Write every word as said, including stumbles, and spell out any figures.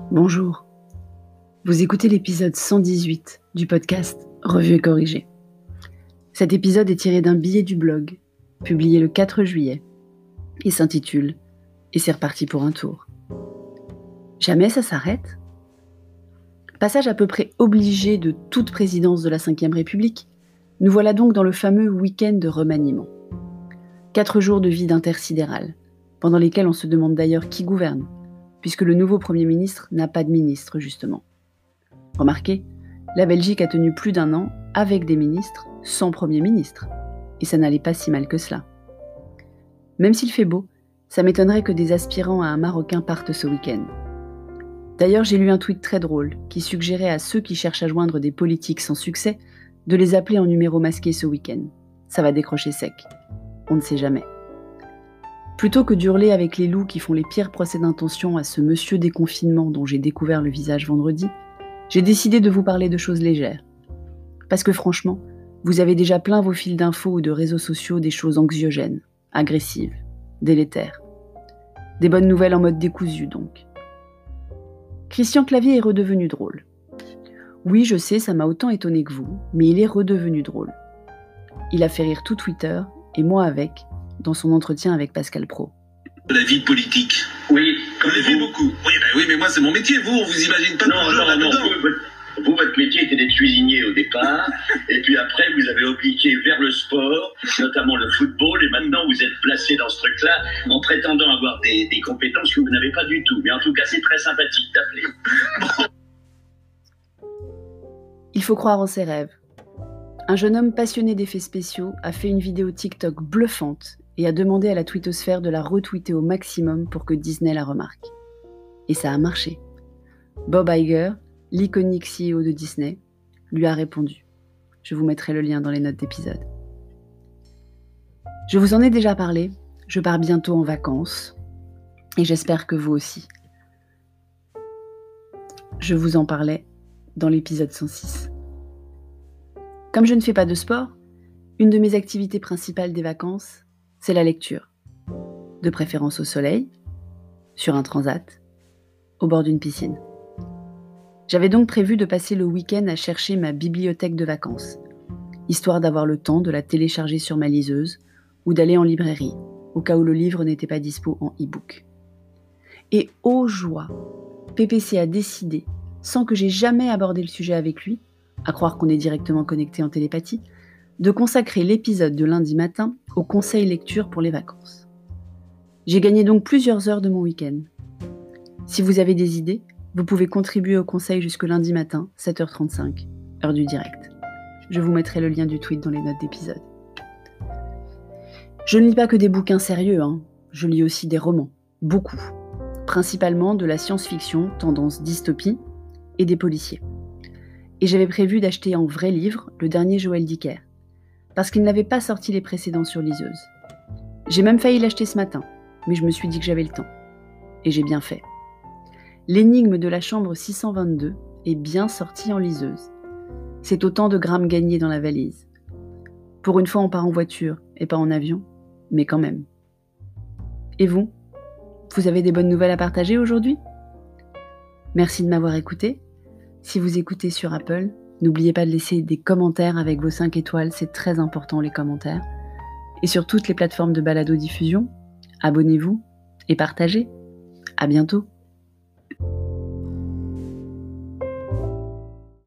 Bonjour. Vous écoutez l'épisode cent dix-huit du podcast Revue et corrigée. Cet épisode est tiré d'un billet du blog, publié le quatre juillet, et s'intitule « Et c'est reparti pour un tour ». Jamais ça s'arrête ? Passage à peu près obligé de toute présidence de la cinquième République, nous voilà donc dans le fameux week-end de remaniement. Quatre jours de vide intersidérale, pendant lesquels on se demande d'ailleurs qui gouverne, puisque le nouveau Premier ministre n'a pas de ministre, justement. Remarquez, la Belgique a tenu plus d'un an avec des ministres, sans Premier ministre, et ça n'allait pas si mal que cela. Même s'il fait beau, ça m'étonnerait que des aspirants à un Marocain partent ce week-end. D'ailleurs, j'ai lu un tweet très drôle qui suggérait à ceux qui cherchent à joindre des politiques sans succès de les appeler en numéro masqué ce week-end. Ça va décrocher sec. On ne sait jamais. Plutôt que d'hurler avec les loups qui font les pires procès d'intention à ce monsieur déconfinement dont j'ai découvert le visage vendredi, j'ai décidé de vous parler de choses légères. Parce que franchement, vous avez déjà plein vos fils d'infos ou de réseaux sociaux des choses anxiogènes, agressives, délétères. Des bonnes nouvelles en mode décousu donc. Christian Clavier est redevenu drôle. Oui, je sais, ça m'a autant étonné que vous, mais il est redevenu drôle. Il a fait rire tout Twitter, et moi avec, dans son entretien avec Pascal Praud. La vie politique. Oui, comme vous l'avez vous. beaucoup. Oui, ben oui, mais moi c'est mon métier. Vous, on vous imagine pas Non, toujours non, non. là-dedans. Vous, votre, vous, votre métier était d'être cuisinier au départ, et puis après vous avez obliqué vers le sport, notamment le football, et maintenant vous êtes placé dans ce truc-là en prétendant avoir des, des compétences que vous n'avez pas du tout. Mais en tout cas, c'est très sympathique d'appeler. Il faut croire en ses rêves. Un jeune homme passionné d'effets spéciaux a fait une vidéo TikTok bluffante et a demandé à la twittosphère de la retweeter au maximum pour que Disney la remarque. Et ça a marché. Bob Iger, l'iconique C E O de Disney, lui a répondu. Je vous mettrai le lien dans les notes d'épisode. Je vous en ai déjà parlé, je pars bientôt en vacances, et j'espère que vous aussi. Je vous en parlais dans l'épisode cent six. Comme je ne fais pas de sport, une de mes activités principales des vacances, c'est la lecture. De préférence au soleil, sur un transat, au bord d'une piscine. J'avais donc prévu de passer le week-end à chercher ma bibliothèque de vacances, histoire d'avoir le temps de la télécharger sur ma liseuse ou d'aller en librairie, au cas où le livre n'était pas dispo en e-book. Et ô joie, P P C a décidé, sans que j'ai jamais abordé le sujet avec lui, à croire qu'on est directement connecté en télépathie, de consacrer l'épisode de lundi matin au conseil lecture pour les vacances. J'ai gagné donc plusieurs heures de mon week-end. Si vous avez des idées, vous pouvez contribuer au conseil jusque lundi matin, sept heures trente-cinq, heure du direct. Je vous mettrai le lien du tweet dans les notes d'épisode. Je ne lis pas que des bouquins sérieux, hein. Je lis aussi des romans, beaucoup. Principalement de la science-fiction, tendance dystopie, et des policiers. Et j'avais prévu d'acheter en vrai livre le dernier Joël Dicker, parce qu'il n'avait pas sorti les précédents sur liseuse. J'ai même failli l'acheter ce matin, mais je me suis dit que j'avais le temps. Et j'ai bien fait. L'énigme de la chambre six cent vingt-deux est bien sortie en liseuse. C'est autant de grammes gagnés dans la valise. Pour une fois, on part en voiture et pas en avion, mais quand même. Et vous ? Vous avez des bonnes nouvelles à partager aujourd'hui ? Merci de m'avoir écouté. Si vous écoutez sur Apple, n'oubliez pas de laisser des commentaires avec vos cinq étoiles, c'est très important les commentaires. Et sur toutes les plateformes de balado-diffusion, abonnez-vous et partagez. À bientôt.